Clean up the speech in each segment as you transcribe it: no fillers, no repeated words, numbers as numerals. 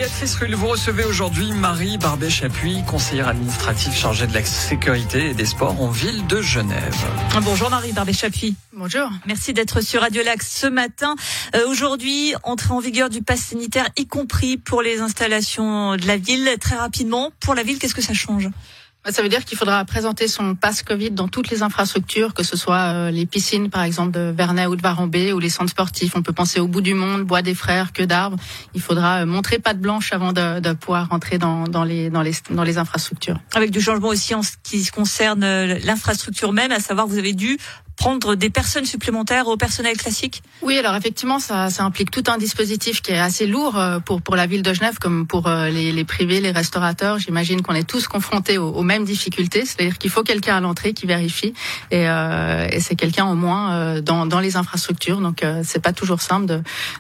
Béatrice Rulle, vous recevez aujourd'hui Marie Barbet-Chapuis, conseillère administrative chargée de la sécurité et des sports en ville de Genève. Bonjour Marie Barbet-Chapuis. Bonjour. Merci d'être sur Radio Lac ce matin. Aujourd'hui, entrée en vigueur du pass sanitaire, y compris pour les installations de la ville. Très rapidement, pour la ville, qu'est-ce que ça change ? Ça veut dire qu'il faudra présenter son pass Covid dans toutes les infrastructures, que ce soit les piscines, par exemple, de Vernay ou de Varambé, ou les centres sportifs. On peut penser au Bout du Monde, Bois des Frères, Queue d'Arbre. Il faudra montrer patte blanche avant de pouvoir rentrer dans les infrastructures. Avec du changement aussi en ce qui concerne l'infrastructure même, à savoir, vous avez dû prendre des personnes supplémentaires au personnel classique ? Oui, alors effectivement, ça implique tout un dispositif qui est assez lourd pour la ville de Genève, comme pour les privés, les restaurateurs. J'imagine qu'on est tous confrontés aux mêmes difficultés, c'est-à-dire qu'il faut quelqu'un à l'entrée qui vérifie, et c'est quelqu'un au moins dans les infrastructures. Donc c'est pas toujours simple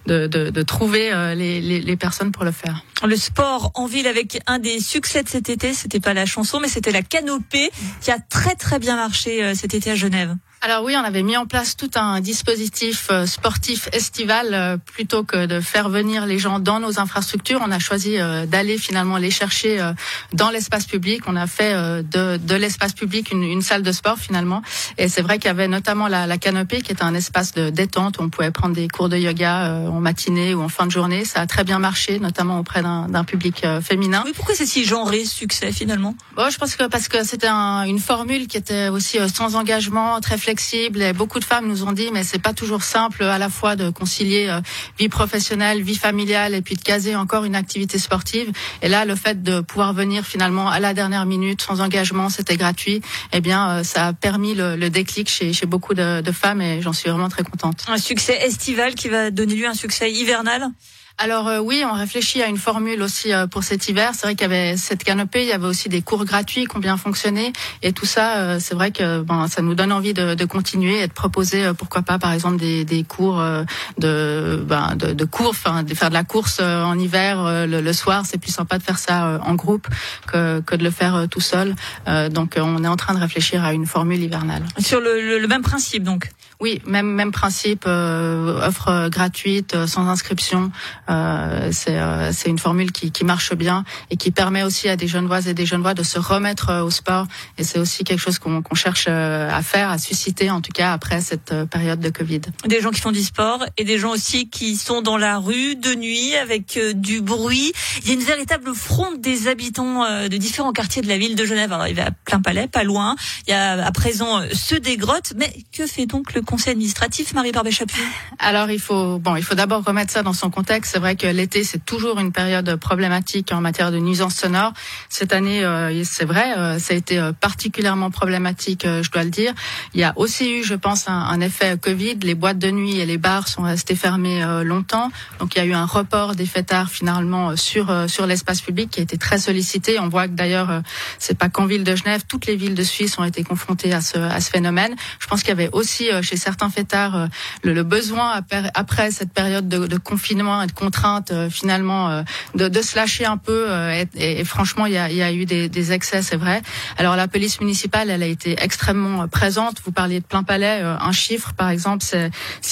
de trouver les personnes pour le faire. Le sport en ville avec un des succès de cet été, c'était pas la chanson, mais c'était la canopée qui a très très bien marché cet été à Genève. Alors oui, on avait mis en place tout un dispositif sportif estival plutôt que de faire venir les gens dans nos infrastructures. On a choisi d'aller finalement les chercher dans l'espace public. On a fait de l'espace public une salle de sport finalement. Et c'est vrai qu'il y avait notamment la canopée qui est un espace de détente où on pouvait prendre des cours de yoga en matinée ou en fin de journée. Ça a très bien marché, notamment auprès d'un public féminin. Oui, pourquoi c'est si genré ce succès finalement ? Bon, je pense que parce que c'était une formule qui était aussi sans engagement, très flexible. Et beaucoup de femmes nous ont dit, mais c'est pas toujours simple à la fois de concilier vie professionnelle, vie familiale et puis de caser encore une activité sportive. Et là, le fait de pouvoir venir finalement à la dernière minute, sans engagement, c'était gratuit. Eh bien, ça a permis le déclic chez beaucoup de femmes et j'en suis vraiment très contente. Un succès estival qui va donner lieu à un succès hivernal ? Alors oui, on réfléchit à une formule aussi pour cet hiver. C'est vrai qu'il y avait cette canopée, il y avait aussi des cours gratuits qui ont bien fonctionné. Et tout ça, c'est vrai que ça nous donne envie de continuer et de proposer, pourquoi pas, par exemple, des cours de cours, de faire de la course en hiver le soir. C'est plus sympa de faire ça en groupe que de le faire tout seul. Donc on est en train de réfléchir à une formule hivernale. Sur le même principe donc. Oui, même principe, offre gratuite, sans inscription. C'est une formule qui marche bien et qui permet aussi à des Genevoises et des Genevois de se remettre au sport. Et c'est aussi quelque chose qu'on cherche à faire, à susciter, en tout cas après cette période de Covid. Des gens qui font du sport et des gens aussi qui sont dans la rue de nuit avec du bruit. Il y a une véritable fronde des habitants de différents quartiers de la ville de Genève. Alors il y a Plain-Palais, pas loin. Il y a à présent ceux des Grottes. Mais que fait donc le conseil administratif, Marie Barbet-Chapuis ? Alors il faut d'abord remettre ça dans son contexte. C'est vrai que l'été, c'est toujours une période problématique en matière de nuisances sonores. Cette année, c'est vrai, ça a été particulièrement problématique, je dois le dire. Il y a aussi eu, je pense, un effet Covid. Les boîtes de nuit et les bars sont restés fermés longtemps. Donc, il y a eu un report des fêtards finalement sur l'espace public qui a été très sollicité. On voit que d'ailleurs, c'est pas qu'en ville de Genève, toutes les villes de Suisse ont été confrontées à ce phénomène. Je pense qu'il y avait aussi chez certains fêtards le besoin après cette période de confinement et de contraintes finalement de se lâcher un peu et franchement il y a eu des excès, c'est vrai. Alors la police municipale, elle a été extrêmement présente. Vous parliez de Plain-Palais, un chiffre par exemple, c'est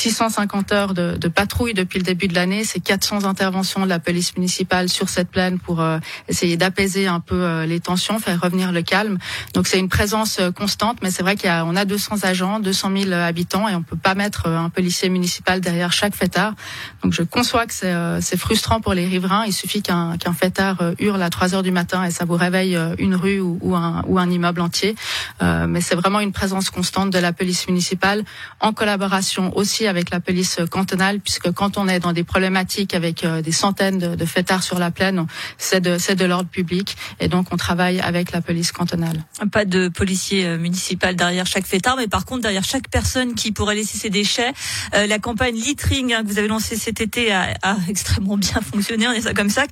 650 heures de patrouille depuis le début de l'année, c'est 400 interventions de la police municipale sur cette plaine pour essayer d'apaiser un peu les tensions, faire revenir le calme. Donc c'est une présence constante, mais c'est vrai qu'on a 200 agents, 200 000 habitants et on peut pas mettre un policier municipal derrière chaque fêtard. Donc je conçois que c'est frustrant pour les riverains. Il suffit qu'un fêtard hurle à 3h du matin et ça vous réveille une rue ou un immeuble entier. Mais c'est vraiment une présence constante de la police municipale en collaboration aussi avec la police cantonale, puisque quand on est dans des problématiques avec des centaines de fêtards sur la plaine, c'est de l'ordre public et donc on travaille avec la police cantonale. Pas de policier municipal derrière chaque fêtard, mais par contre derrière chaque personne qui pourrait laisser ses déchets. La campagne littering que vous avez lancée cet été a extrêmement bien fonctionné, on est ça comme ça.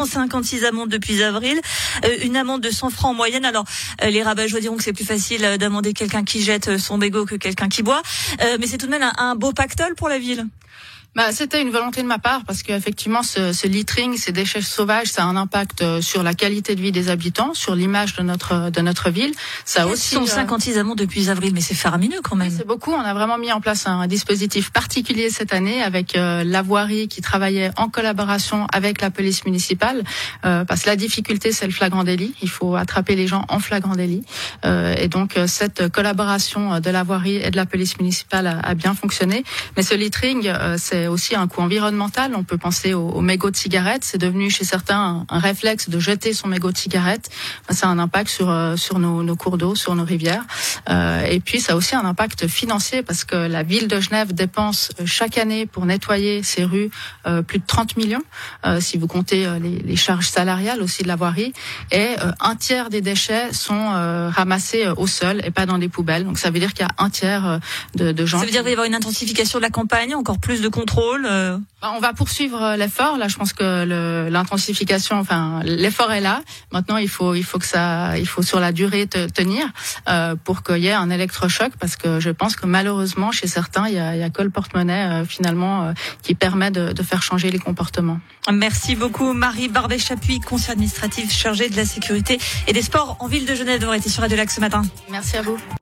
456 amendes depuis avril, une amende de 100 francs en moyenne. Alors les rabat-joie diront que c'est plus facile d'amender quelqu'un qui jette son bégot que quelqu'un qui boit, mais c'est tout de même un beau pactole pour la ville. C'était une volonté de ma part parce qu'effectivement ce littering, ces déchets sauvages, ça a un impact sur la qualité de vie des habitants, sur l'image de notre ville. Ça a aussi 156 amendes depuis avril, mais c'est faramineux quand même. Oui, c'est beaucoup. On a vraiment vraiment mis en place un dispositif particulier cette année avec la voirie qui travaillait en collaboration avec la police municipale, parce que la difficulté, c'est le flagrant délit. Il faut attraper les gens en flagrant délit. Et donc, cette collaboration de la voirie et de la police municipale a bien fonctionné. Mais ce littering, c'est aussi un coût environnemental. On peut penser aux mégots de cigarettes. C'est devenu chez certains un réflexe de jeter son mégot de cigarette. Ça a un impact sur nos cours d'eau, sur nos rivières. Et puis, ça a aussi un impact financier parce que la ville de Genève dépense chaque année pour nettoyer ses rues plus de 30 millions, si vous comptez les charges salariales aussi de la voirie. Et un tiers des déchets sont ramassés au sol et pas dans des poubelles. Donc ça veut dire qu'il y a un tiers de gens. Ça veut dire qu'il va y avoir une intensification de la campagne, encore plus de contrôle. On va poursuivre l'effort. Là, je pense que l'intensification, l'effort est là. Maintenant, il faut sur la durée tenir pour qu'il y ait un électrochoc, parce que je pense que malheureusement, chez certains, il y a que le porte-monnaie finalement qui permet de faire changer les comportements. Merci beaucoup, Marie Barbet-Chapuis, conseillère administrative chargée de la sécurité et des sports en ville de Genève, d'avoir été sur Radio Lac ce matin. Merci à vous.